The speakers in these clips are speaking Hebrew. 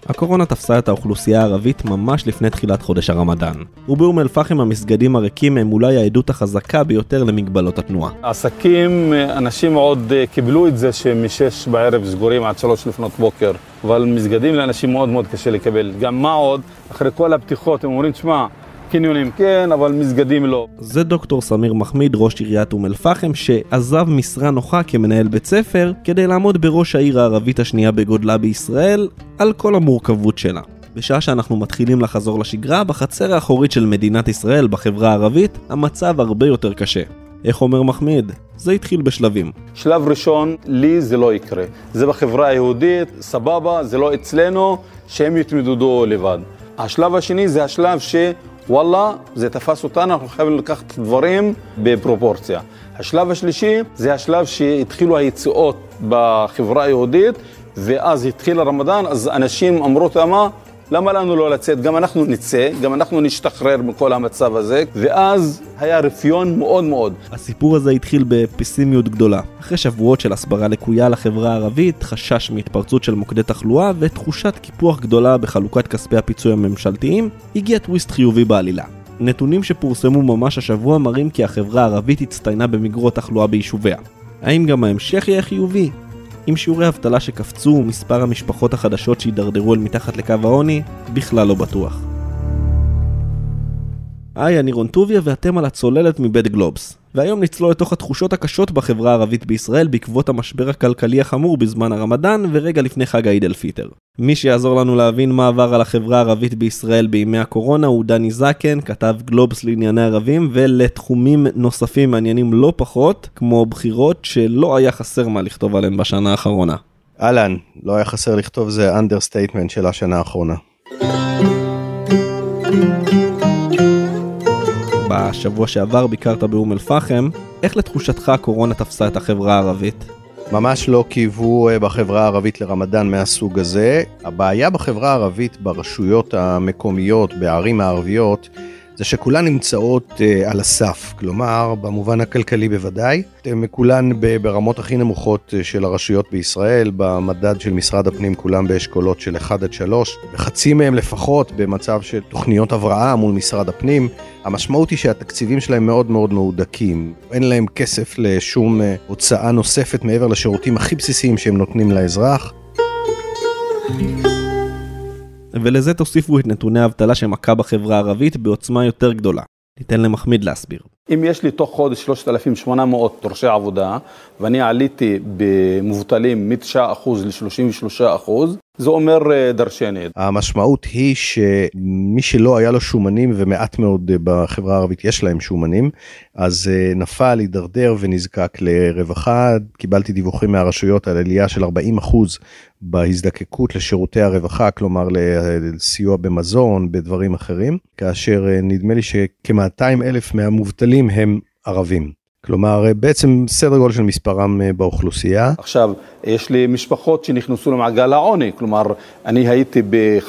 הקורונה תפסה את האוכלוסייה הערבית ממש לפני תחילת חודש הרמדאן. ובאום אל-פחם המסגדים הריקים הם אולי העדות החזקה ביותר למגבלות התנועה. עסקים, אנשים עוד קיבלו את זה שמשש בערב סגורים עד 3 לפנות בוקר. אבל מסגדים לאנשים מאוד מאוד קשה לקבל. גם מה עוד? אחרי כל הפתיחות הם אומרים, תשמע, קניונים כן, אבל מסגדים לא. זה דוקטור סמיר מחמיד, ראש עיריית אום אל-פחם, שעזב משרה נוחה כמנהל בית ספר, כדי לעמוד בראש העיר הערבית השנייה בגודלה בישראל, על כל המורכבות שלה. בשעה שאנחנו מתחילים לחזור לשגרה, בחצר האחורית של מדינת ישראל, בחברה הערבית, המצב הרבה יותר קשה. איך אומר מחמיד? זה התחיל בשלבים. שלב ראשון, לי זה לא יקרה. זה בחברה היהודית, סבבה, זה לא אצלנו, שהם יתמודדו לבד. השלב השני זה השלב שוואלה, זה תפס אותנו, אנחנו חייבים לקחת דברים בפרופורציה. השלב השלישי זה השלב שהתחילו היציאות בחברה היהודית, ואז התחיל הרמדאן, אז אנשים אמרו תמה, למה לנו לא לצאת? גם אנחנו נצא, גם אנחנו נשתחרר מכל המצב הזה, ואז היה רפיון מאוד מאוד. הסיפור הזה התחיל בפסימיות גדולה. אחרי שבועות של הסברה לקויה לחברה הערבית, חשש מהתפרצות של מוקדי תחלואה ותחושת קיפוח גדולה בחלוקת כספי הפיצוי הממשלתיים, הגיע טוויסט חיובי בעלילה. נתונים שפורסמו ממש השבוע מראים כי החברה הערבית הצטיינה במגרות תחלואה ביישוביה. האם גם ההמשך יהיה חיובי? עם שיעורי אבטלה שקפצו ומספר המשפחות החדשות שהידרדרו אל מתחת לקו העוני, בכלל לא בטוח. היי, אני רון טוביה ואתם על הצוללת מבית גלובס. והיום נצלול לתוך התחושות הקשות בחברה הערבית בישראל בעקבות המשבר הכלכלי החמור בזמן הרמדאן ורגע לפני חג העיד אל פיטר. מי שיעזור לנו להבין מה עבר על החברה הערבית בישראל בימי הקורונה הוא דני זקן, כתב גלובס לענייני ערבים ולתחומים נוספים מעניינים לא פחות, כמו בחירות שלא היה חסר מה לכתוב עליהן בשנה האחרונה. אהלן, לא היה חסר לכתוב, זה אנדרסטייטמנט של השנה האחרונה. בשבוע שעבר ביקרת באום אל-פחם, איך לתחושתך הקורונה תפסה את החברה הערבית? ממש לא קיוו בחברה הערבית לרמדאן מהסוג הזה. הבעיה בחברה הערבית, ברשויות המקומיות, בערים הערביות, זה שכולן נמצאות על הסף, כלומר במובן הכלכלי בוודאי, הן כולן ברמות הכי נמוכות של הרשויות בישראל, במדד של משרד הפנים כולן באשכולות של 1 עד 3, וחצי מהם לפחות במצב של תוכניות הבראה מול משרד הפנים. המשמעות היא שהתקציבים שלהם מאוד מאוד מהודקים, אין להם כסף לשום הוצאה נוספת מעבר לשירותים הכי בסיסיים שהם נותנים לאזרח. ולזה תוסיפו את נתוני האבטלה שמכה בחברה הערבית בעוצמה יותר גדולה. ניתן למחמיד להסביר. אם יש לי תוך חודש 3,800 דורשי עבודה, ואני עליתי במובטלים מ9% ל-33%, זה אומר דרשני. המשמעות היא שמי שלא היה לו שומנים, ומעט מאוד בחברה הערבית יש להם שומנים, אז נפל, הידרדר ונזקק לרווחה. קיבלתי דיווחים מהרשויות על עלייה של 40% בהזדקקות לשירותי הרווחה, כלומר לסיוע במזון, בדברים אחרים, כאשר נדמה לי שכ-200,000 מהמובטלים הם ערבים. כלומר, בעצם סדר גודל של מספרם באוכלוסייה. עכשיו, יש לי משפחות שנכנסו למעגל העוני, כלומר, אני הייתי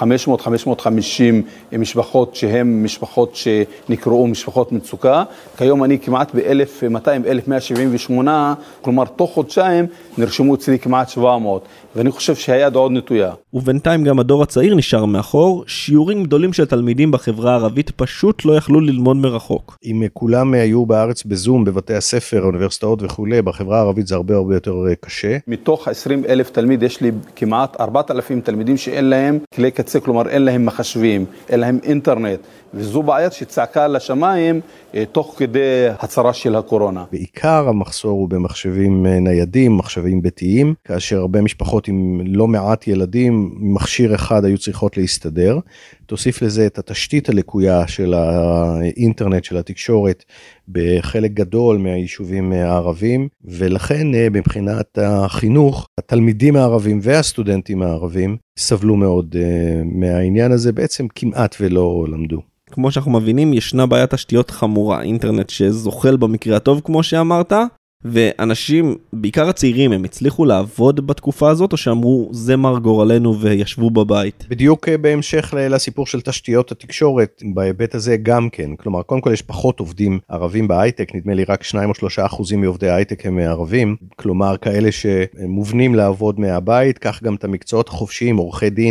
ב-500-550 משפחות שהן משפחות שנקראו משפחות מצוקה, כיום אני כמעט ב-1,200-1,178, כלומר, תוך חודשיים נרשמו אצלי כמעט 700, ואני חושב שהיד עוד נטויה. ובינתיים גם הדור הצעיר נשאר מאחור, שיעורים גדולים של תלמידים בחברה הערבית פשוט לא יכלו ללמוד מרחוק. אם כולם היו בארץ בזום, בבתי הספר, האוניברסיטאות וכו', בחברה הערבית זה הרבה יותר קשה. מתוך 20,000 תלמיד יש לי כמעט 4,000 תלמידים שאין להם כלי קצה, כלומר אין להם מחשבים, אין להם אינטרנט, וזו בעיה שצעקה לשמיים תוך כדי הצרה של הקורונה. בעיקר המחסור הוא במחשבים ניידים, מחשבים ביתיים, כאשר הרבה משפחות עם לא מעט ילדים, מכשיר אחד היו צריכות להסתדר. תוסיף לזה את התשתית הלקויה של האינטרנט, של התקשורת, בחלק גדול מהיישובים הערבים, ולכן מבחינת החינוך, התלמידים הערבים והסטודנטים הערבים סבלו מאוד מהעניין הזה, בעצם כמעט ולא למדו. כמו שאנחנו מבינים, ישנה בעיית תשתיות חמורה, אינטרנט שזוחל במקרה הטוב כמו שאמרת, ואנשים, בעיקר הצעירים, הם הצליחו לעבוד בתקופה הזאת, או שאמרו, זה מר גורלנו וישבו בבית? בדיוק בהמשך לסיפור של תשתיות התקשורת, בהיבט הזה גם כן. כלומר, קודם כל יש פחות עובדים ערבים בהייטק, נדמה לי רק 2-3% מעובדי ההייטק הם ערבים, כלומר, כאלה שמובנים לעבוד מהבית, כך גם את המקצועות החופשיים, עורכי דין,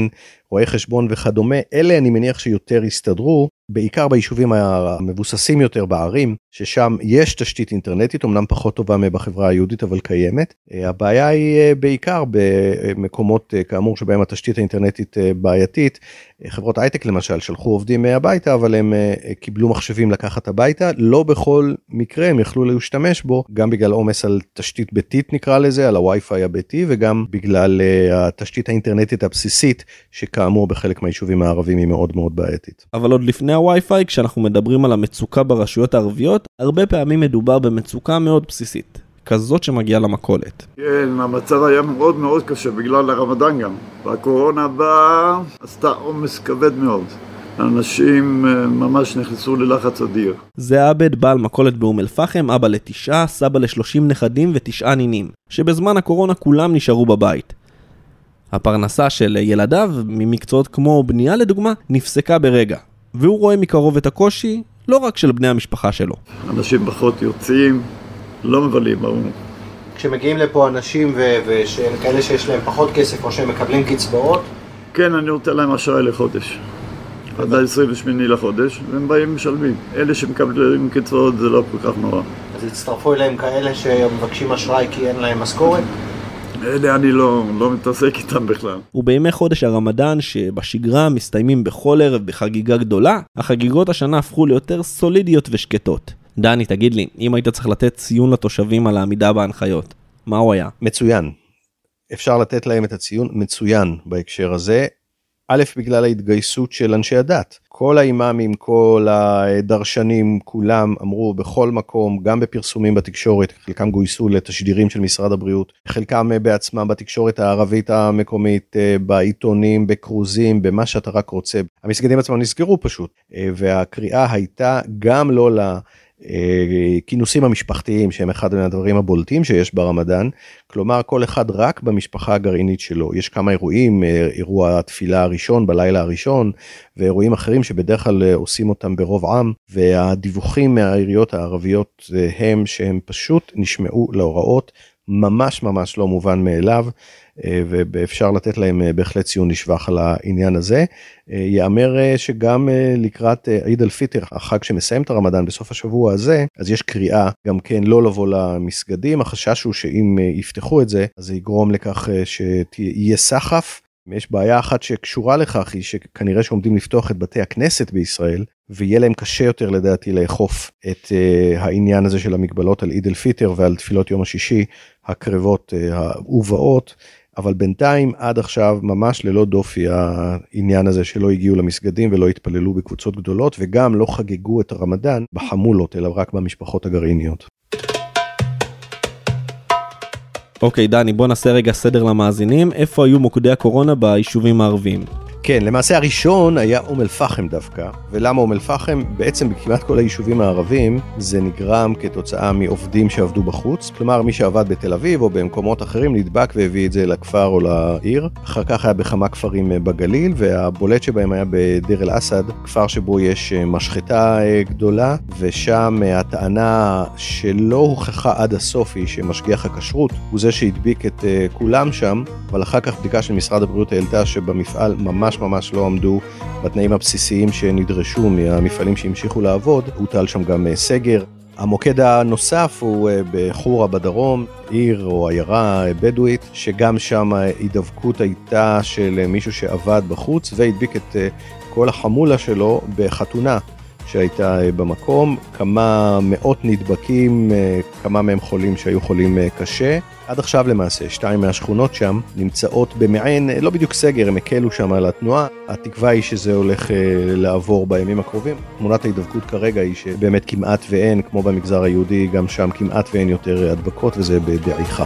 רואי חשבון וכדומה, אלה אני מניח שיותר יסתדרו, בעיקר ביישובים המבוססים יותר בערים, ששם יש תשתית אינטרנטית, אמנם פחות טובה מבחברה היהודית, אבל קיימת. הבעיה היא בעיקר במקומות כאמור שבהם התשתית האינטרנטית בעייתית, חברות הייטק למשל שלחו עובדים הביתה, אבל הם קיבלו מחשבים לקחת הביתה, לא בכל מקרה הם יכלו להשתמש בו, גם בגלל עומס על תשתית ביתית נקרא לזה, על הווי-פיי הביתי, וגם בגלל התשתית האינטרנטית הבסיסית, שכאמור בחלק מהיישובים הערבים היא מאוד מאוד בעייתית. אבל עוד לפני הווי-פיי, כשאנחנו מדברים על המצוקה ברשויות הערביות, הרבה פעמים מדובר במצוקה מאוד בסיסית. כזאת שמגיעה למכולת. כן, המצב היה מאוד מאוד קשה בגלל הרמדאן גם. והקורונה באה, עשתה עומס כבד מאוד. אנשים ממש נכנסו ללחץ אדיר. זה עבד בעל מכולת באום אל-פחם, אבא ל9, סבא ל30 נכדים ו9 נינים, שבזמן הקורונה כולם נשארו בבית. הפרנסה של ילדיו, ממקצועות כמו בנייה לדוגמה, נפסקה ברגע. והוא רואה מקרוב את הקושי, לא רק של בני המשפחה שלו. אנשים פחות יוצאים, לא מבלים, ברור. כשמגיעים לפה אנשים וכאלה שיש להם פחות כסף או שהם מקבלים קצבאות? כן, אני נותן להם אשראי לחודש. עד ה-28 לחודש, והם באים משלמים. אלה שמקבלים קצבאות זה לא כל כך נורא. אז הצטרפו אליהם כאלה שמבקשים אשראי כי אין להם משכורת? אלה אני לא מתעסק איתם בכלל. ובימי חודש הרמדאן שבשגרה מסתיימים בכל ערב בחגיגה גדולה, החגיגות השנה הפכו ליותר סולידיות ושקטות. דני, תגיד לי, אם היית צריך לתת ציון לתושבים על העמידה בהנחיות, מה הוא היה? מצוין. אפשר לתת להם את הציון מצוין בהקשר הזה. א', בגלל ההתגייסות של אנשי הדת. כל האימאמים, כל הדרשנים, כולם אמרו בכל מקום, גם בפרסומים בתקשורת, חלקם גויסו לתשדירים של משרד הבריאות, חלקם בעצמם בתקשורת הערבית המקומית, בעיתונים, בקרוזים, במה שאתה רק רוצה. המסגדים עצמם נסגרו פשוט, והקריאה הייתה גם לא כינוסים המשפחתיים שהם אחד מהדברים הבולטים שיש ברמדאן, כלומר כל אחד רק במשפחה הגרעינית שלו. יש כמה אירועים, אירוע התפילה הראשון בלילה הראשון, ואירועים אחרים שבדרך כלל עושים אותם ברוב עם, והדיווחים מהעיריות הערביות הם שהם פשוט נשמעו להוראות, ממש ממש לא מובן מאליו, ואפשר לתת להם בהחלט ציון לשבח על העניין הזה. יאמר שגם לקראת עיד אל-פיטר, החג שמסיים את הרמדאן בסוף השבוע הזה, אז יש קריאה גם כן לא לבוא למסגדים. החשש הוא שאם יפתחו את זה, אז זה יגרום לכך שיהיה סחף. יש בעיה אחת שקשורה לכך, היא שכנראה שעומדים לפתוח את בתי הכנסת בישראל, ויהיה להם קשה יותר לדעתי לאכוף את העניין הזה של המגבלות על עיד אל-פיטר ועל תפילות יום השישי הקרבות ובאות, אבל בינתיים עד עכשיו ממש ללא דופי העניין הזה שלא הגיעו למסגדים ולא התפללו בקבוצות גדולות, וגם לא חגגו את הרמדאן בחמולות אלא רק במשפחות הגרעיניות. אוקיי דני, בוא נעשה רגע סדר למאזינים. איפה היו מוקדי הקורונה ביישובים הערביים? כן, למעשה הראשון היה אום אל-פחם דווקא, ולמה אום אל-פחם? בעצם בכמעט כל היישובים הערבים זה נגרם כתוצאה מעובדים שעבדו בחוץ, כלומר מי שעבד בתל אביב או במקומות אחרים נדבק והביא את זה לכפר או לעיר, אחר כך היה בכמה כפרים בגליל, והבולט שבהם היה בדיר אל-אסד, כפר שבו יש משחטה גדולה, ושם הטענה שלא הוכחה עד הסוף היא שמשגיח הכשרות הוא זה שהדביק את כולם שם, אבל אחר כך בדיקה של משרד הבריאות העלתה שבמפעל ממש לא עמדו בתנאים הבסיסיים שנדרשו מהמפעלים שהמשיכו לעבוד, הוטל שם גם סגר. המוקד הנוסף הוא בחורה בדרום, עיר או עיירה בדואית, שגם שם הידבקות הייתה של מישהו שעבד בחוץ והדביק את כל החמולה שלו בחתונה שהייתה במקום. כמה מאות נדבקים, כמה מהם חולים שהיו חולים קשה. עד עכשיו למעשה, 2 מהשכונות שם נמצאות במעין, לא בדיוק סגר, הם הקלו שם על התנועה. התקווה היא שזה הולך לעבור בימים הקרובים. תמונת ההידבקות כרגע היא שבאמת כמעט ואין, כמו במגזר היהודי, גם שם כמעט ואין יותר הדבקות, וזה בדעיכה.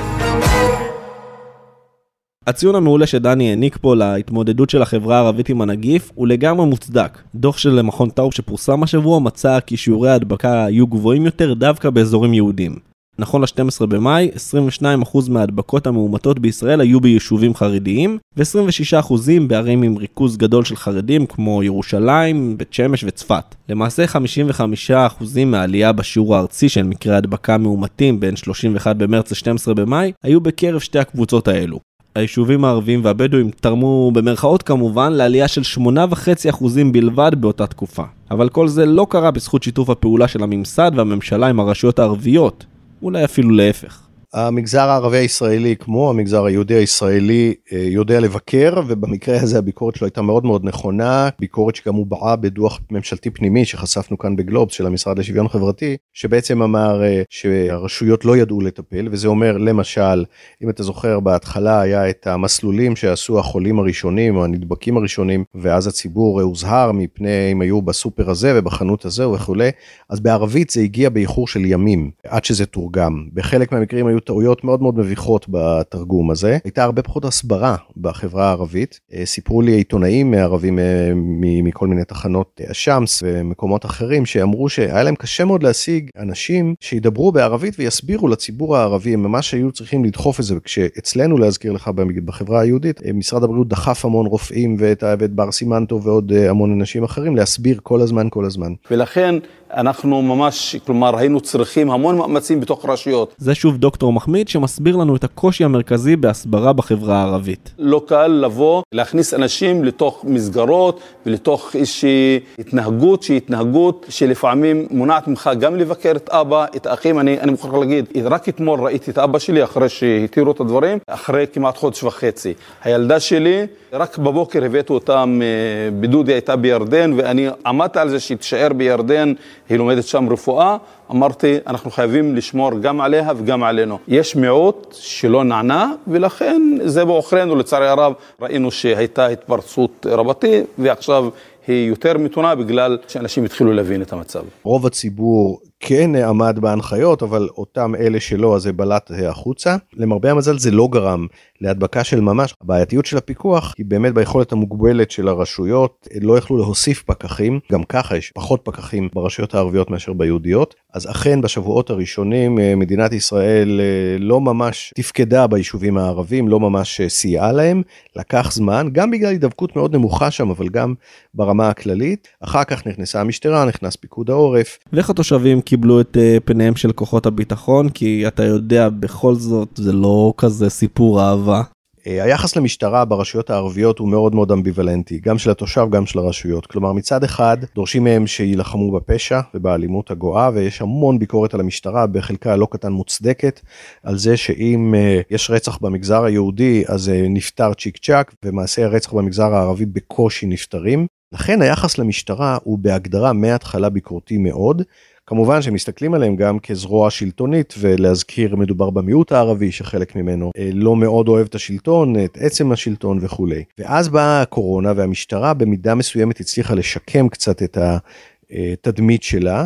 הציון המעולה שדני העניק פה להתמודדות של החברה הערבית עם הנגיף הוא לגמרי מוצדק. דוח של מכון טאוב שפורסם השבוע מצא כי שיעורי ההדבקה היו גבוהים יותר דווקא באזורים יהודיים. נכון ל-12 במאי, 22% מההדבקות המאומתות בישראל היו ביישובים חרדיים, ו-26% בערים עם ריכוז גדול של חרדים כמו ירושלים, בית שמש וצפת. למעשה 55% מהעלייה בשיעור הארצי של מקרי הדבקה מאומתים בין 31 במרץ ל-12 במאי היו בקרב שתי הקבוצות האלו. היישובים הערביים והבדואים תרמו במרכאות כמובן לעלייה של 8.5% בלבד באותה תקופה. אבל כל זה לא קרה בזכות שיתוף הפעולה של הממסד והממשלה עם הרשויות הערביות, אולי אפילו להפך. המגזר הערבי הישראלי, כמו המגזר היהודי הישראלי, יודע לבקר, ובמקרה הזה הביקורת שלו הייתה מאוד מאוד נכונה, ביקורת שגם הובעה בדוח ממשלתי פנימי שחשפנו כאן בגלובס של המשרד לשוויון חברתי, שבעצם אמר שהרשויות לא ידעו לטפל, וזה אומר למשל, אם אתה זוכר בהתחלה היה את המסלולים שעשו החולים הראשונים או הנדבקים הראשונים, ואז הציבור הוזהר מפני אם היו בסופר הזה ובחנות הזה וכו', אז בערבית זה הגיע באיחור של ימים, עד שזה תורגם. בחלק מהמקרים היו טעויות מאוד מאוד מביכות בתרגום הזה. הייתה הרבה פחות הסברה בחברה הערבית. סיפרו לי עיתונאים ערבים מכל מיני תחנות השמס ומקומות אחרים שאמרו שהיה להם קשה מאוד להשיג אנשים שידברו בערבית ויסבירו לציבור הערבי. הם ממש היו צריכים לדחוף את זה. וכשאצלנו להזכיר לך בחברה היהודית, משרד הבריאות דחף המון רופאים ואת בר סימנטו ועוד המון אנשים אחרים להסביר כל הזמן. ולכן אנחנו ממש, כלומר, היינו צריכים המון מאמצים בתוך רשויות. זה שוב דוקטור מחמיד שמסביר לנו את הקושי המרכזי בהסברה בחברה הערבית. לא קל לבוא, להכניס אנשים לתוך מסגרות ולתוך איזושהי התנהגות שהיא התנהגות שלפעמים מונעת ממך גם לבקר את אבא, את האחים. אני מוכרח להגיד, רק אתמול ראיתי את אבא שלי אחרי שהתירו את הדברים, אחרי כמעט חודש וחצי. הילדה שלי, רק בבוקר הבאתי אותם בדודי, הייתה בירדן, ואני עמדתי על זה שהיא תישאר בירדן, היא לומדת שם רפואה. אמרתי, אנחנו חייבים לשמור גם עליה וגם עלינו. יש מיעוט שלא נענה, ולכן זה באוכרנו, לצערי הרב, ראינו שהייתה התפרצות רבתי, ועכשיו היא יותר מתונה בגלל שאנשים התחילו להבין את המצב. רוב הציבור כן עמד בהנחיות, אבל אותם אלה שלא, אז זה בלט החוצה. למרבה המזל זה לא גרם להדבקה של ממש. הבעייתיות של הפיקוח היא באמת ביכולת המוגבלת של הרשויות, לא יכלו להוסיף פקחים, גם ככה יש פחות פקחים ברשויות הערביות מאשר ביהודיות, אז אכן בשבועות הראשונים מדינת ישראל לא ממש תפקדה ביישובים הערבים, לא ממש סייעה להם, לקח זמן, גם בגלל הידבקות מאוד נמוכה שם, אבל גם ברמה הכללית. אחר כך נכנסה המשטרה, נכנס פיקוד העורף. ואיך התושבים קיבלו את פניהם של כוחות הביטחון? כי אתה יודע, בכל זאת זה לא כזה סיפור אהבה. היחס למשטרה ברשויות הערביות הוא מאוד מאוד אמביוולנטי, גם של התושב, גם של הרשויות. כלומר, מצד אחד, דורשים מהם שילחמו בפשע ובאלימות הגואה, ויש המון ביקורת על המשטרה, בחלקה לא קטן מוצדקת, על זה שאם יש רצח במגזר היהודי, אז נפטר צ'יק צ'ק, ומעשי הרצח במגזר הערבי בקושי נפטרים. לכן היחס למשטרה הוא בהגדרה מההתחלה ביקורתי מאוד, כמובן שמסתכלים עליהם גם כזרוע שלטונית, ולהזכיר מדובר במיעוט הערבי שחלק ממנו לא מאוד אוהב את השלטון, את עצם השלטון וכו'. ואז באה הקורונה והמשטרה במידה מסוימת הצליחה לשקם קצת את התדמית שלה.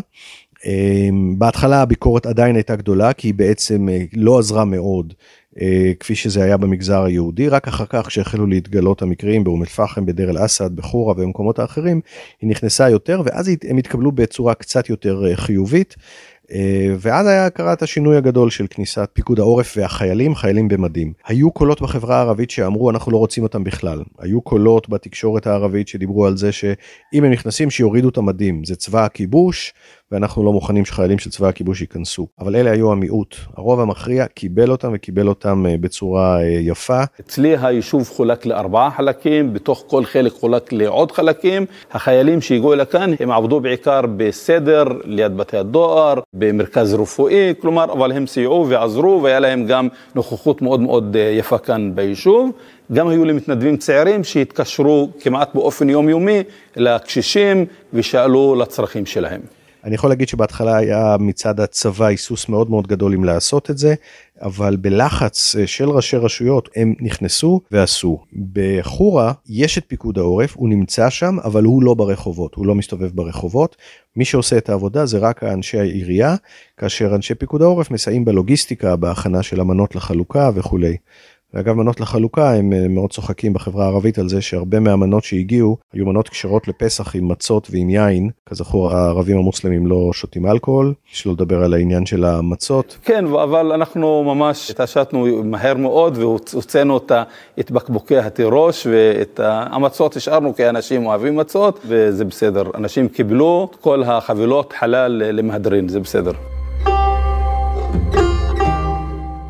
בהתחלה הביקורת עדיין הייתה גדולה, כי היא בעצם לא עזרה מאוד, כפי שזה היה במגזר היהודי. רק אחר כך שהחלו להתגלות המקרים באום אל-פחם, בדיר אל-אסד, בחורה ובמקומות האחרים, היא נכנסה יותר, ואז הם התקבלו בצורה קצת יותר חיובית, ואז קרה את השינוי הגדול של כניסת פיקוד העורף והחיילים, חיילים במדים. היו קולות בחברה הערבית שאמרו אנחנו לא רוצים אותם בכלל. היו קולות בתקשורת הערבית שדיברו על זה שאם הם נכנסים שיורידו את המדים, זה צבא הכיבוש, ואנחנו לא מוכנים שחיילים של צבא הכיבוש ייכנסו. אבל אלה היו המיעוט. הרוב המכריע קיבל אותם וקיבל אותם בצורה יפה. אצלי היישוב חולק ל4 חלקים, בתוך כל חלק חולק לעוד חלקים. החיילים שהגיעו לכאן הם עבדו בעיקר בסדר, ליד בתי הדואר, במרכז רפואי, כלומר, אבל הם סייעו ועזרו, והיה להם גם נוכחות מאוד מאוד יפה כאן ביישוב. גם היו למתנדבים צעירים שהתקשרו כמעט באופן יומיומי לקשישים ושאלו לצרכים שלהם. אני יכול להגיד שבהתחלה היה מצד הצבא היסוס מאוד מאוד גדול אם לעשות את זה, אבל בלחץ של ראשי רשויות הם נכנסו ועשו. בחורה יש את פיקוד העורף, הוא נמצא שם, אבל הוא לא ברחובות, הוא לא מסתובב ברחובות. מי שעושה את העבודה זה רק אנשי העירייה, כאשר אנשי פיקוד העורף מסייעים בלוגיסטיקה, בהכנה של המנות לחלוקה וכו'. ואגב, מנות לחלוקה הם מאוד צוחקים בחברה הערבית על זה שהרבה מהמנות שהגיעו היו מנות כשרות לפסח עם מצות ועם יין. כזכור, הערבים המוסלמים לא שותים אלכוהול, שלא לדבר על העניין של המצות. כן, אבל אנחנו ממש התעשתנו מהר מאוד והוצאנו את בקבוקי התירוש ואת המצות השארנו כי אנשים אוהבים מצות, וזה בסדר. אנשים קיבלו כל החבילות חלל למהדרין, זה בסדר.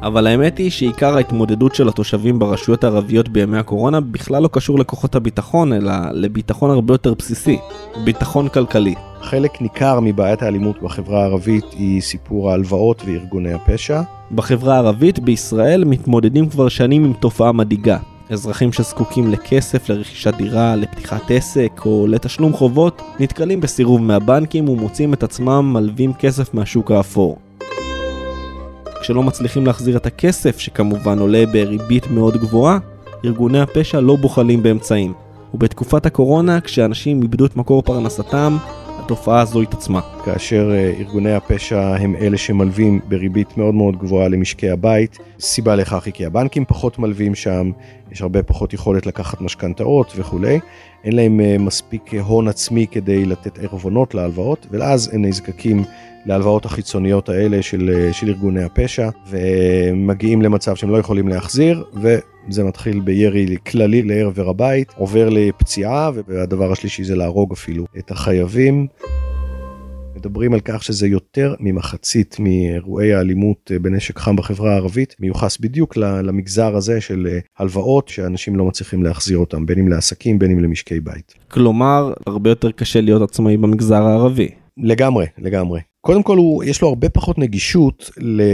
אבל האמת היא שעיקר ההתמודדות של התושבים ברשויות הערביות בימי הקורונה בכלל לא קשור לכוחות הביטחון, אלא לביטחון הרבה יותר בסיסי, ביטחון כלכלי. חלק ניכר מבעיית האלימות בחברה הערבית היא סיפור ההלוואות וארגוני הפשע. בחברה הערבית בישראל מתמודדים כבר שנים עם תופעה מדאיגה. אזרחים שזקוקים לכסף, לרכישת דירה, לפתיחת עסק או לתשלום חובות, נתקלים בסירוב מהבנקים ומוצאים את עצמם מלווים כסף מהשוק האפור. כשלא מצליחים להחזיר את הכסף, שכמובן עולה בריבית מאוד גבוהה, ארגוני הפשע לא בוחלים באמצעים. ובתקופת הקורונה, כשאנשים איבדו את מקור פרנסתם, התופעה הזו התעצמה. כאשר ארגוני הפשע הם אלה שמלווים בריבית מאוד מאוד גבוהה למשקי הבית, סיבה לכך היא כי הבנקים פחות מלווים שם, יש הרבה פחות יכולת לקחת משכנתאות וכו'. אין להם מספיק הון עצמי כדי לתת ערבונות להלוואות, ואז הם נזקקים להלוואות החיצוניות האלה של ארגוני הפשע, ומגיעים למצב שהם לא יכולים להחזיר, וזה מתחיל בירי כללי לעבר הבית, עובר לפציעה, והדבר השלישי זה להרוג אפילו את החייבים. מדברים על כך שזה יותר ממחצית מאירועי האלימות בנשק חם בחברה הערבית, מיוחס בדיוק למגזר הזה של הלוואות שאנשים לא מצליחים להחזיר אותם, בין אם לעסקים, בין אם למשקי בית. כלומר, הרבה יותר קשה להיות עצמאי במגזר הערבי. לגמרי, לגמרי. קודם כל, יש לו הרבה פחות נגישות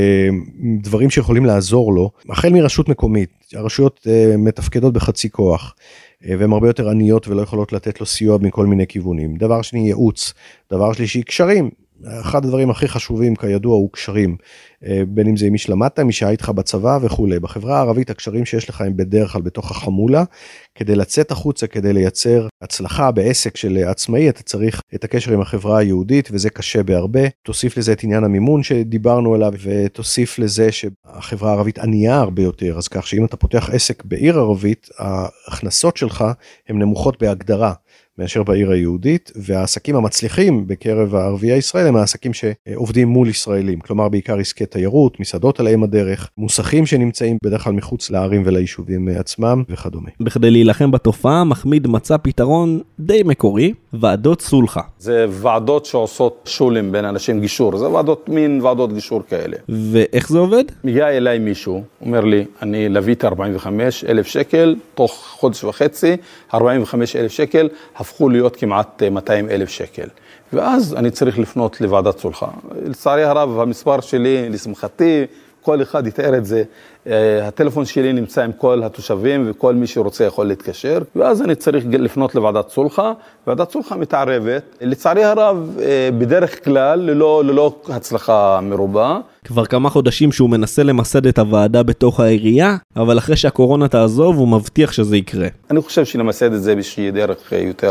לדברים שיכולים לעזור לו, החל מרשות מקומית. הרשויות מתפקדות בחצי כוח, והן הרבה יותר עניות ולא יכולות לתת לו סיוע מכל מיני כיוונים. דבר שני, ייעוץ. דבר שלישי, קשרים. אחד הדברים הכי חשובים כידוע הוא קשרים, בין אם זה מי שלמדת, מי שהיה איתך בצבא וכו'. בחברה הערבית הקשרים שיש לך הם בדרך כלל בתוך החמולה, כדי לצאת החוצה, כדי לייצר הצלחה בעסק של עצמאי, אתה צריך את הקשר עם החברה היהודית, וזה קשה בהרבה. תוסיף לזה את עניין המימון שדיברנו עליו, ותוסיף לזה שהחברה הערבית ענייה הרבה יותר, אז כך שאם אתה פותח עסק בעיר ערבית, ההכנסות שלך הן נמוכות בהגדרה, מאשר בעיר היהודית, והעסקים המצליחים בקרב הערביי ישראל הם העסקים שעובדים מול ישראלים, כלומר בעיקר עסקי תיירות, מסעדות על אם הדרך, מוסכים שנמצאים בדרך כלל מחוץ לערים וליישובים עצמם וכדומה. בכדי להילחם בתופעה, מחמיד מצא פתרון די מקורי, ועדות סולחה. זה ועדות שעושות שולים בין אנשים, גישור, זה מין ועדות גישור כאלה. ואיך זה עובד? מגיע אליי מישהו, אומר לי, אני לוויתי 45,000 שקל, תוך חודש וחצי, 45,000 שקל, הפכו להיות כמעט 200,000 שקל. ואז אני צריך לפנות לוועדת סולחה. לצערי הרב, המספר שלי, לשמחתי, כל אחד יתאר את זה, הטלפון שלי נמצא עם כל התושבים, וכל מי שרוצה יכול להתקשר, ואז אני צריך לפנות לוועדת סולחה, ועדת סולחה מתערבת, לצערי הרב, בדרך כלל, ללא הצלחה מרובה. כבר כמה חודשים שהוא מנסה למסד את הוועדה בתוך העירייה, אבל אחרי שהקורונה תעזוב, הוא מבטיח שזה יקרה. אני חושב שלמסד את זה בשביל דרך יותר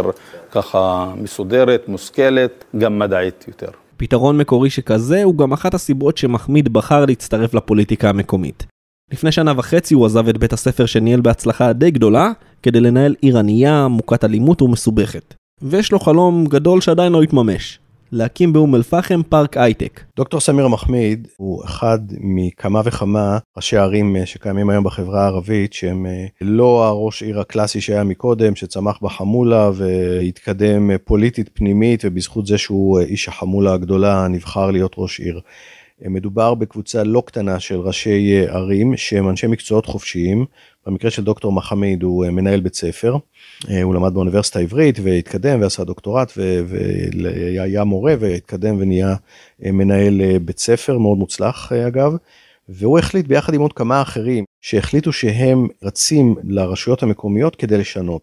ככה מסודרת, מושכלת, גם מדעית יותר. פתרון מקורי שכזה הוא גם אחת הסיבות שמחמיד בחר להצטרף לפוליטיקה המקומית. לפני שנה וחצי הוא עזב את בית הספר שניהל בהצלחה די גדולה, כדי לנהל עיר ענייה, מוכת אלימות ומסובכת. ויש לו חלום גדול שעדיין לא התממש. להקים באום אל-פחם פארק הייטק. דוקטור סמיר מחמיד הוא אחד מכמה וכמה ראשי ערים שקיימים היום בחברה הערבית, שהם לא הראש עיר הקלאסי שהיה מקודם, שצמח בחמולה והתקדם פוליטית פנימית, ובזכות זה שהוא איש החמולה הגדולה נבחר להיות ראש עיר. מדובר בקבוצה לא קטנה של ראשי ערים שהם אנשי מקצועות חופשיים. במקרה של דוקטור מחמיד הוא מנהל בית ספר, הוא למד באוניברסיטה העברית והתקדם ועשה דוקטורט והיה מורה והתקדם ונהיה מנהל בית ספר מאוד מוצלח אגב, והוא החליט ביחד עם עוד כמה אחרים שהחליטו שהם רצים לרשויות המקומיות כדי לשנות.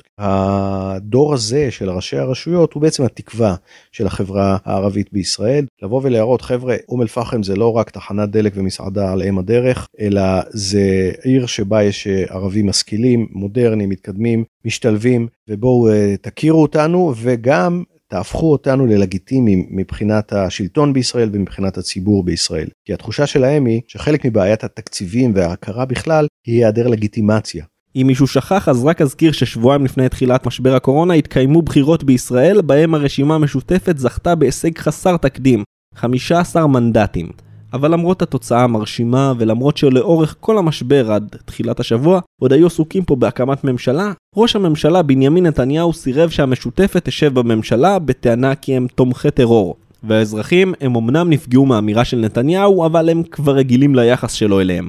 הדור הזה של ראשי הרשויות הוא בעצם התקווה של החברה הערבית בישראל, לבוא ולהראות חבר'ה, אום אל-פחם זה לא רק תחנת דלק ומסעדה על אם הדרך, אלא זה עיר שבה יש ערבים משכילים, מודרניים, מתקדמים, משתלבים, ובואו תכירו אותנו וגם תהפכו אותנו ללגיטימיים מבחינת השלטון בישראל ומבחינת הציבור בישראל. כי התחושה שלהם היא שחלק מבעיית התקציבים וההכרה בכלל היא היעדר לגיטימציה. אם מישהו שכח, אז רק אזכיר ששבועיים לפני תחילת משבר הקורונה התקיימו בחירות בישראל, בהם הרשימה המשותפת זכתה בהישג חסר תקדים, 15 מנדטים. אבל למרות התוצאה המרשימה ולמרות שלאורך כל המשבר עד תחילת השבוע עוד היו עסוקים פה בהקמת ממשלה, ראש הממשלה בנימין נתניהו סירב שהמשותפת תשב בממשלה בטענה כי הם תומכי טרור. והאזרחים הם אמנם נפגעו מהאמירה של נתניהו, אבל הם כבר רגילים ליחס שלו אליהם.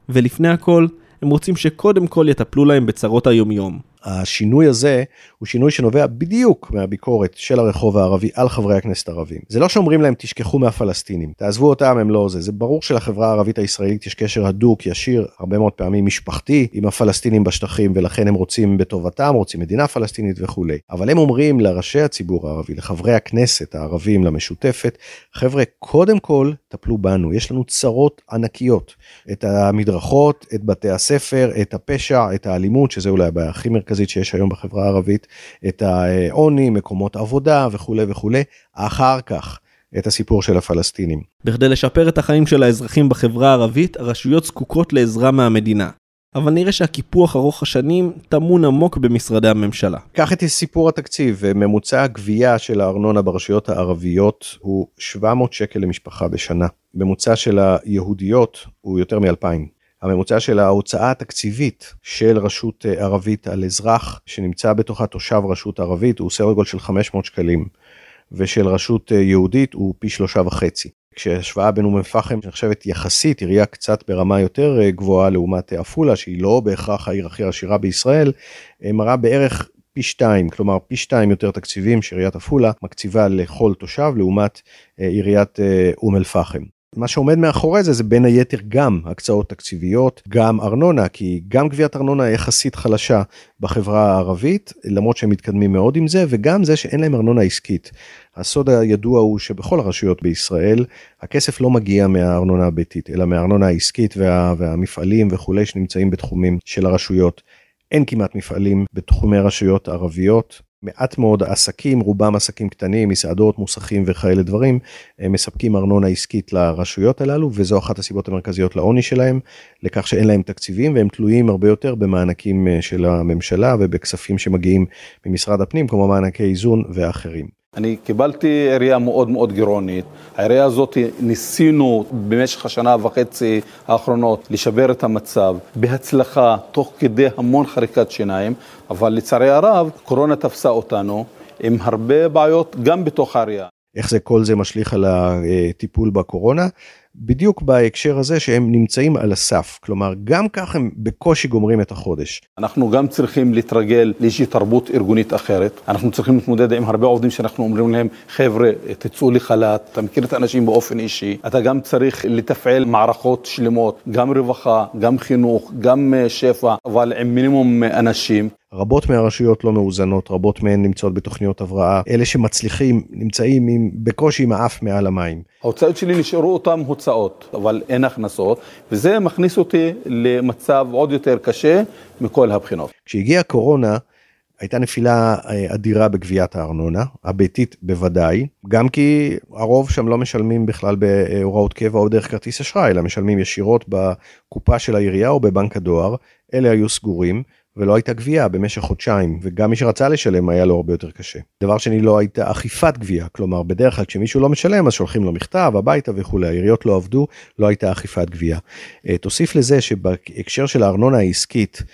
ולפני הכל, הם רוצים שקודם כל יטפלו להם בצרות היומיום. השינוי הזה הוא שינוי שנובע בדיוק מהביקורת של הרחוב הערבי על חברי הכנסת הערבים. זה לא שאומרים להם תשכחו מהפלסטינים, תעזבו אותם, הם לא זה. זה ברור שלחברה הערבית הישראלית יש קשר הדוק, ישיר, הרבה מאוד פעמים משפחתי עם הפלסטינים בשטחים, ולכן הם רוצים בטובתם, רוצים מדינה פלסטינית וכו'. אבל הם אומרים לראשי הציבור הערבי, לחברי הכנסת הערבים, למשותפת, חבר'ה, קודם כל טפלו בנו, יש לנו צרות ענקיות. את המדרכות, את בתי הספר, את הפשע, את האלימות, שזה אולי הבעיה הכי מרכזית שיש היום בחברה הערבית, את העוני, מקומות עבודה וכו' וכו', אחר כך את הסיפור של הפלסטינים. בכדי לשפר את החיים של האזרחים בחברה הערבית, הרשויות זקוקות לעזרה מהמדינה. אבל נראה שהקיפוח ארוך השנים טמון עמוק במשרדי הממשלה. קח את סיפור התקציב, ממוצע הגבייה של הארנונה ברשויות הערביות הוא 700 שקל למשפחה בשנה. ממוצע של היהודיות הוא יותר מ-2,000. הממוצע של ההוצאה התקציבית של רשות ערבית על אזרח שנמצא בתוכה תושב רשות ערבית הוא סדר גודל של 500 שקלים, ושל רשות יהודית הוא פי 3.5. כשהשוואה בין אום אל-פחם שנחשבת יחסית עירייה קצת ברמה יותר גבוהה לעומת עפולה, שהיא לא בהכרח העיר הכי עשירה בישראל, מראה בערך פי 2, כלומר פי 2 יותר תקציבים שעיריית עפולה מקציבה לכל תושב לעומת עיריית אום אל-פחם. מה שעומד מאחורי זה בין היתר גם הקצאות תקציביות, גם ארנונה, כי גם גביית ארנונה יחסית חלשה בחברה הערבית, למרות שהם מתקדמים מאוד עם זה, וגם זה שאין להם ארנונה עסקית. הסוד הידוע הוא שבכל הרשויות בישראל, הכסף לא מגיע מהארנונה הביתית, אלא מהארנונה העסקית והמפעלים וכו' שנמצאים בתחומים של הרשויות. אין כמעט מפעלים בתחומי רשויות ערביות, מעט מאוד עסקים, רובם עסקים קטנים, מסעדות, מוסכים וכאלה דברים, מספקים ארנונה עסקית לרשויות הללו, וזו אחת הסיבות המרכזיות לעוני שלהם, לכך שאין להם תקציבים, והם תלויים הרבה יותר במענקים של הממשלה, ובכספים שמגיעים ממשרד הפנים, כמו מענקי איזון ואחרים. אני קיבלתי עירייה מאוד מאוד גירעונית. העירייה הזאת ניסינו במשך השנה וחצי האחרונות לשבר את המצב בהצלחה, תוך כדי המון חריקת שיניים, אבל לצערי הרב, קורונה תפסה אותנו עם הרבה בעיות גם בתוך העירייה. איך זה כל זה משליך על הטיפול בקורונה? בדיוק בהקשר הזה שהם נמצאים על הסף, כלומר גם כך הם בקושי גומרים את החודש. אנחנו גם צריכים להתרגל לאיזושהי תרבות ארגונית אחרת, אנחנו צריכים להתמודד עם הרבה עובדים שאנחנו אומרים להם, חבר'ה, תצאו לחל"ת, אתה מכיר את האנשים באופן אישי, אתה גם צריך לתפעל מערכות שלמות, גם רווחה, גם חינוך, גם שפע, אבל עם מינימום אנשים. רבות מהרשויות לא מאוזנות, רבות מהן נמצאות בתוכניות הבראה, אלה שמצליחים נמצאים בקושי עם האף מעל המים. ההוצאות שלי נשארו אותם הוצאות, אבל אין הכנסות, וזה מכניס אותי למצב עוד יותר קשה מכל הבחינות. כשהגיעה הקורונה, הייתה נפילה אדירה בגביית הארנונה, הביתית בוודאי, גם כי הרוב שם לא משלמים בכלל בהוראות קבע או דרך כרטיס אשראי, אלא משלמים ישירות בקופה של העירייה או בבנק הדואר, אלה היו סגורים, ולא הייתה גבייה במשך חודשיים, וגם מי שרצה לשלם היה לו הרבה יותר קשה. דבר שני, לא הייתה אכיפת גבייה, כלומר בדרך כלל כשמישהו לא משלם אז שולחים לו מכתב הביתה וכו', העיריות לא עבדו, לא הייתה אכיפת גבייה. תוסיף לזה שבהקשר של הארנונה העסקית,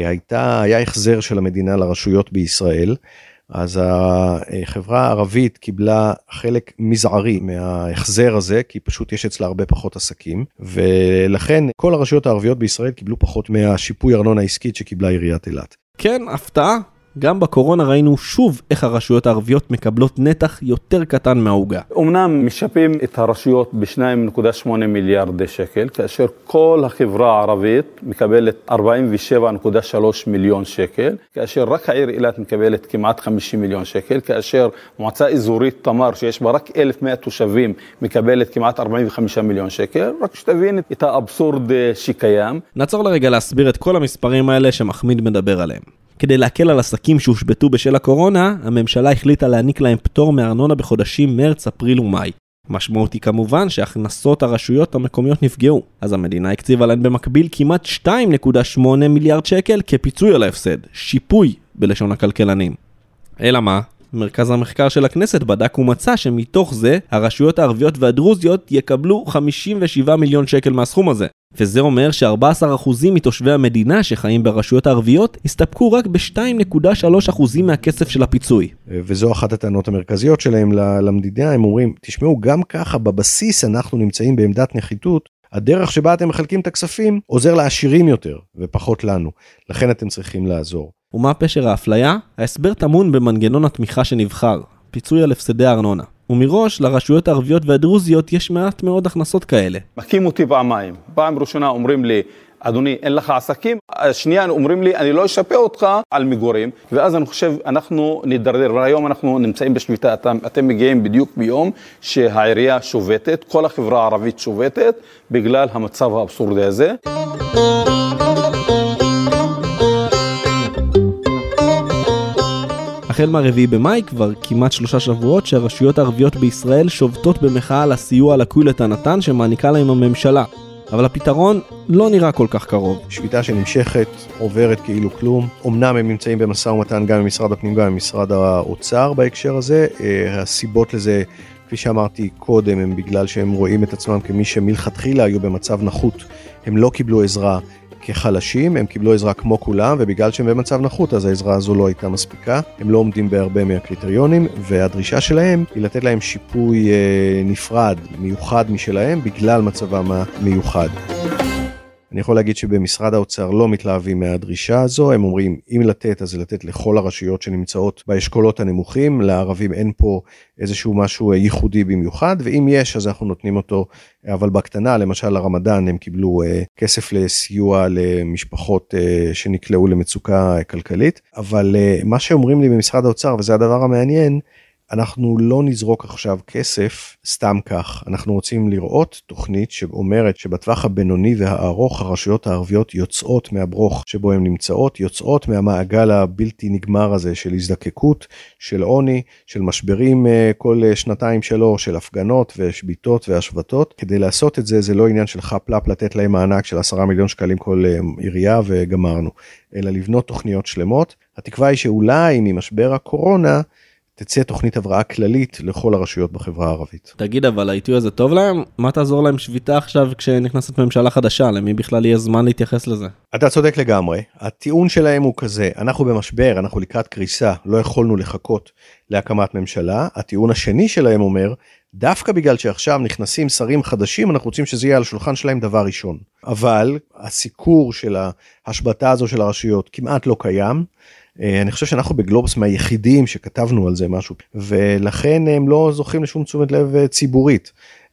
היה החזר של המדינה לרשויות בישראל, אז החברה הערבית קיבלה חלק מזערי מההחזר הזה, כי פשוט יש אצלה הרבה פחות עסקים, ולכן כל הרשויות הערביות בישראל קיבלו פחות מהשיפוי ארנונה עסקית שקיבלה עיריית אילת. כן, הפתעה. גם בקורונה ראינו שוב איך הרשויות הערביות מקבלות נתח יותר קטן מהעוגה. אמנם משפים את הרשויות ב-2.8 מיליארד שקל, כאשר כל החברה הערבית מקבלת 47.3 מיליון שקל, כאשר רק העיר אילת מקבלת כמעט 50 מיליון שקל, כאשר מועצה אזורית תמר שיש בה רק 1,100 תושבים מקבלת כמעט 45 מיליון שקל, רק שתבין את האבסורד שקיים. נעצור לרגע להסביר את כל המספרים האלה שמחמיד מדבר עליהם. כדי להקל על עסקים שהושבתו בשל הקורונה, הממשלה החליטה להעניק להם פטור מארנונה בחודשים מרץ, אפריל ומאי. משמעות היא כמובן שהכנסות הרשויות המקומיות נפגעו, אז המדינה הקציבה להן במקביל כמעט 2.8 מיליארד שקל כפיצוי על ההפסד, שיפוי בלשון הכלכלנים. אלא מה? מרכז המחקר של הכנסת בדק ומצא שמתוך זה הרשויות הערביות והדרוזיות יקבלו 57 מיליון שקל מהסכום הזה. וזה אומר ש14% מתושבי המדינה שחיים ברשויות הערביות הסתפקו רק ב2.3% מהכסף של הפיצוי. וזו אחת הטענות המרכזיות שלהם למדינה, הם אומרים, תשמעו, גם ככה בבסיס אנחנו נמצאים בעמדת נחיתות, הדרך שבה אתם מחלקים את הכספים עוזר לעשירים יותר ופחות לנו, לכן אתם צריכים לעזור. ומה פשר האפליה? ההסבר טמון במנגנון התמיכה שנבחר, פיצוי על הפסדי הארנונה. ומראש לרשויות הערביות והדרוזיות יש מעט מאוד הכנסות כאלה. מקים אותי פעמיים. פעם ראשונה אומרים לי, אדוני, אין לך עסקים? השנייה אומרים לי, אני לא אשפה אותך על מגורים. ואז אני חושב, אנחנו נדרדר. והיום אנחנו נמצאים בשביתה. אתם מגיעים בדיוק ביום שהעירייה שובתת, כל החברה הערבית שובתת, בגלל המצב האבסורדי הזה. החל מה4 במאי כבר כמעט 3 שבועות שהרשויות הערביות בישראל שובתות במחאה על הסיוע הלקוי לטענתן שמעניקה להם הממשלה. אבל הפתרון לא נראה כל כך קרוב. שביתה שנמשכת, עוברת כאילו כלום. אמנם הם נמצאים במשא ומתן גם במשרד הפנים, גם במשרד האוצר בהקשר הזה. הסיבות לזה, כפי שאמרתי קודם, הם בגלל שהם רואים את עצמם כמי שמלכתחילה היו במצב נחות. הם לא קיבלו עזרה כחלשים, הם קיבלו עזרה כמו כולם, ובגלל שהם במצב נחות, אז העזרה הזו לא הייתה מספיקה. הם לא עומדים בהרבה מהקריטריונים, והדרישה שלהם היא לתת להם שיפוי נפרד, מיוחד משלהם, בגלל מצבם המיוחד. אני יכול להגיד שבמשרד האוצר לא מתלהבים מהדרישה הזו, הם אומרים אם לתת אז לתת לכל הרשויות שנמצאות באשכולות הנמוכים, לערבים אין פה איזשהו משהו ייחודי במיוחד, ואם יש אז אנחנו נותנים אותו, אבל בקטנה, למשל לרמדאן הם קיבלו כסף לסיוע למשפחות שנקלעו למצוקה כלכלית, אבל מה שאומרים לי במשרד האוצר, וזה הדבר המעניין, אנחנו לא נזרוק עכשיו כסף סתם כך, אנחנו רוצים לראות תוכנית שאומרת שבטווח הבינוני והארוך הרשויות הערביות יוצאות מהברוך שבו הן נמצאות, יוצאות מהמעגל הבלתי נגמר הזה של הזדקקות, של עוני, של משברים כל שנתיים שלו, של הפגנות ושביתות והשבתות. כדי לעשות את זה, זה לא עניין של חפלפ לתת להם מענק של 10 מיליון שקלים כל עירייה וגמרנו, אלא לבנות תוכניות שלמות. התקווה היא שאולי ממשבר הקורונה תצא תוכנית הבראה כללית לכל הרשויות בחברה הערבית. תגיד, אבל העיתוי הזה טוב להם? מה תעזור להם שביתה עכשיו כשנכנסת ממשלה חדשה? למי בכלל יהיה זמן להתייחס לזה? אתה צודק לגמרי. הטיעון שלהם הוא כזה, אנחנו במשבר, אנחנו לקראת קריסה, לא יכולנו לחכות להקמת ממשלה. הטיעון השני שלהם אומר, דווקא בגלל שעכשיו נכנסים שרים חדשים, אנחנו רוצים שזה יהיה על השולחן שלהם דבר ראשון. אבל הסיקור של ההשבתה הזו של הרשויות כמעט לא קיים, אני חושב שאנחנו בגלובס מהיחידים שכתבנו על זה משהו, ולכן הם לא זוכים לשום תשומת לב ציבורית.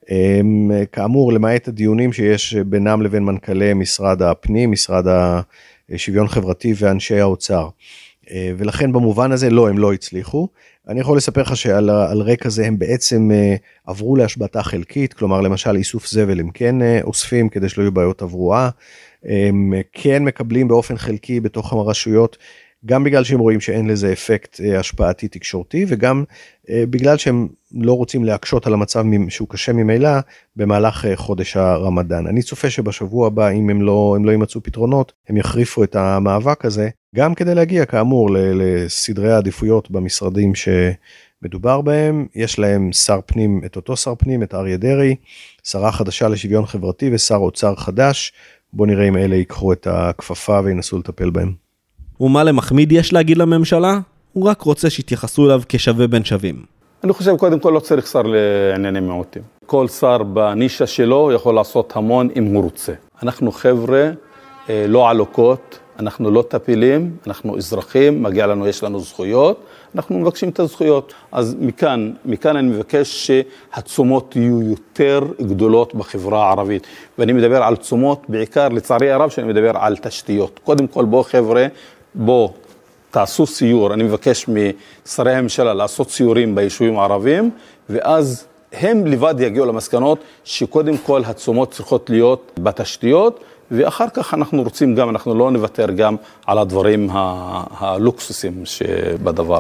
כאמור, למעט הדיונים שיש בינם לבין מנכ"לי משרד הפנים, משרד השוויון חברתי ואנשי האוצר. ולכן במובן הזה לא, הם לא הצליחו. אני יכול לספר לך שעל רקע זה הם בעצם עברו להשבתה חלקית, כלומר למשל איסוף זבל הם כן אוספים כדי שלא יהיו בעיות תברואה, הם כן מקבלים באופן חלקי בתוך הרשויות, גם בגלל שהם רואים שאין לזה אפקט השפעתי תקשורתי, וגם בגלל שהם לא רוצים להקשות על המצב שהוא קשה ממילא במהלך חודש הרמדאן. אני צופה שבשבוע הבא, אם הם לא יימצאו פתרונות, הם יחריפו את המאבק הזה, גם כדי להגיע כאמור לסדרי העדיפויות במשרדים שמדובר בהם. יש להם שר פנים, את אותו שר פנים, את אריה דרעי, שרה חדשה לשוויון חברתי ושר אוצר חדש. בוא נראה אם אלה ייקחו את הכפפה וינסו לטפל בהם. ומה למחמיד יש להגיד לממשלה? הוא רק רוצה שיתייחסו אליו כשווה בין שווים. אני חושב קודם כל לא צריך שר לענייני מיעוטים. כל שר בנישה שלו יכול לעשות המון אם הוא רוצה. אנחנו חבר'ה לא עלוקות, אנחנו לא טפילים, אנחנו אזרחים, מגיע לנו, יש לנו זכויות, אנחנו מבקשים את הזכויות. אז מכאן אני מבקש שהתשומות יהיו יותר גדולות בחברה הערבית. ואני מדבר על תשומות בעיקר לצערי הרב שאני מדבר על תשתיות. קודם כל בוא חבר'ה, בוא תעשו סיור, אני מבקש משרי הממשלה לעשות סיורים ביישובים הערבים, ואז הם לבד יגיעו למסקנות שקודם כל התשומות צריכות להיות בתשתיות, ואחר כך אנחנו רוצים גם, אנחנו לא נוותר גם על הדברים הלוקסוסים שבדבר.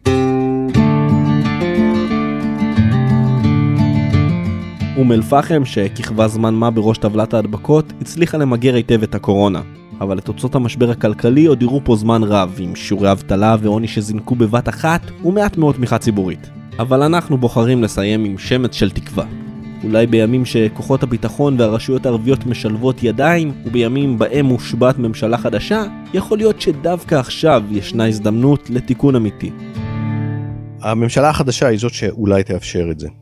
אום אל-פחם, שכיכבה זמן מה בראש טבלת ההדבקות, הצליחה למגר היטב את הקורונה. אבל את תוצאות המשבר הכלכלי עוד יראו פה זמן רב, עם שיעורי אבטלה ועוני שזינקו בבת אחת ומעט מאוד תמיכה ציבורית. אבל אנחנו בוחרים לסיים עם שמץ של תקווה. אולי בימים שכוחות הביטחון והרשויות הערביות משלבות ידיים, ובימים בהם מושבעת ממשלה חדשה, יכול להיות שדווקא עכשיו ישנה הזדמנות לתיקון אמיתי. הממשלה החדשה היא זאת שאולי תאפשר את זה.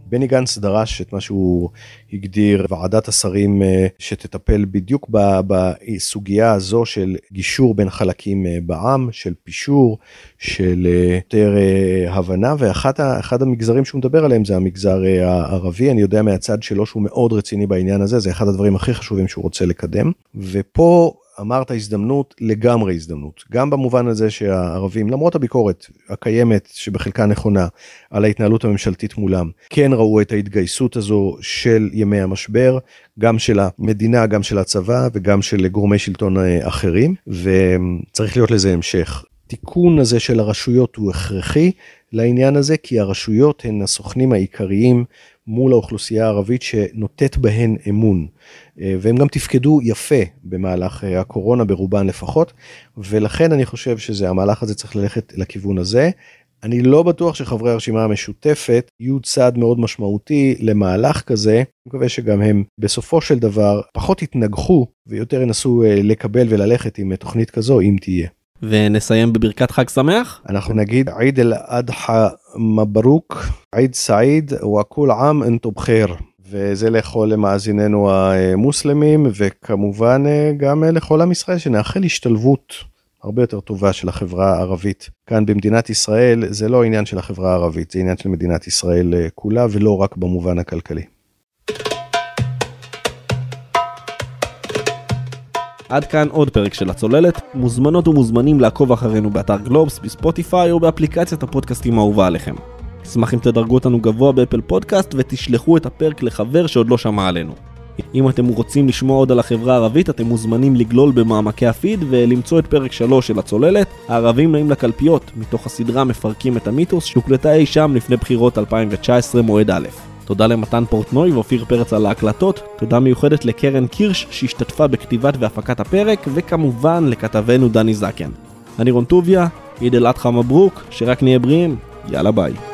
בני גנץ דרש את מה שהוא הגדיר ועדת השרים שתטפל בדיוק בסוגיה הזו של גישור בין חלקים בעם, של פישור, של יותר הבנה, ואחד המגזרים שהוא מדבר עליהם זה המגזר הערבי. אני יודע מהצד שלו שהוא מאוד רציני בעניין הזה, זה אחד הדברים הכי חשובים שהוא רוצה לקדם, ופה אמרת הזדמנות, לגמרי הזדמנות, גם במובן הזה שהערבים, למרות הביקורת הקיימת שבחלקה נכונה על ההתנהלות הממשלתית מולם, כן ראו את ההתגייסות הזו של ימי המשבר, גם של המדינה, גם של הצבא וגם של גורמי שלטון אחרים, וצריך להיות לזה המשך. תיקון הזה של הרשויות הוא הכרחי לעניין הזה, כי הרשויות הן הסוכנים העיקריים מול האוכלוסייה הערבית שנוטט בהן אמון, והם גם תפקדו יפה במהלך הקורונה ברובן לפחות, ולכן אני חושב שהמהלך הזה צריך ללכת לכיוון הזה. אני לא בטוח שחברי הרשימה המשותפת יהיו צעד מאוד משמעותי למהלך כזה, אני מקווה שגם הם בסופו של דבר פחות יתנגחו ויותר ינסו לקבל וללכת עם תוכנית כזו אם תהיה. ונסיים בברכת חג שמח. אנחנו נגיד עיד אל-אדחא מברוק, עיד סעיד וכול עם אנתום בחיר, וזה לכל למאזיננו המוסלמים, וכמובן גם לכל עם ישראל, שנאחל השתלבות הרבה יותר טובה של החברה הערבית כאן במדינת ישראל. זה לא עניין של החברה הערבית, זה עניין של מדינת ישראל כולה, ולא רק במובן הכלכלי. עד כאן עוד פרק של הצוללת. מוזמנות ומוזמנים לעקוב אחרינו באתר גלובס, בספוטיפיי או באפליקציית הפודקאסטים האהובה עליכם. אשמח אם תדרגו אותנו גבוה באפל פודקאסט ותשלחו את הפרק לחבר שעוד לא שמע עלינו. אם אתם רוצים לשמוע עוד על החברה הערבית, אתם מוזמנים לגלול במעמקי הפיד ולמצוא את פרק 3 של הצוללת, הערבים נעים לקלפיות, מתוך הסדרה מפרקים את המיתוס שהוקלטה אי שם לפני בחירות 2019 מועד א'. תודה למתן פורטנוי ואופיר פרץ על ההקלטות, תודה מיוחדת לקרן קירש שהשתתפה בכתיבת והפקת הפרק, וכמובן לכתבנו דני זקן. אני רון טוביה, עיד אל-אדחא מברוק, שרק נהיה בריאים, יאללה ביי.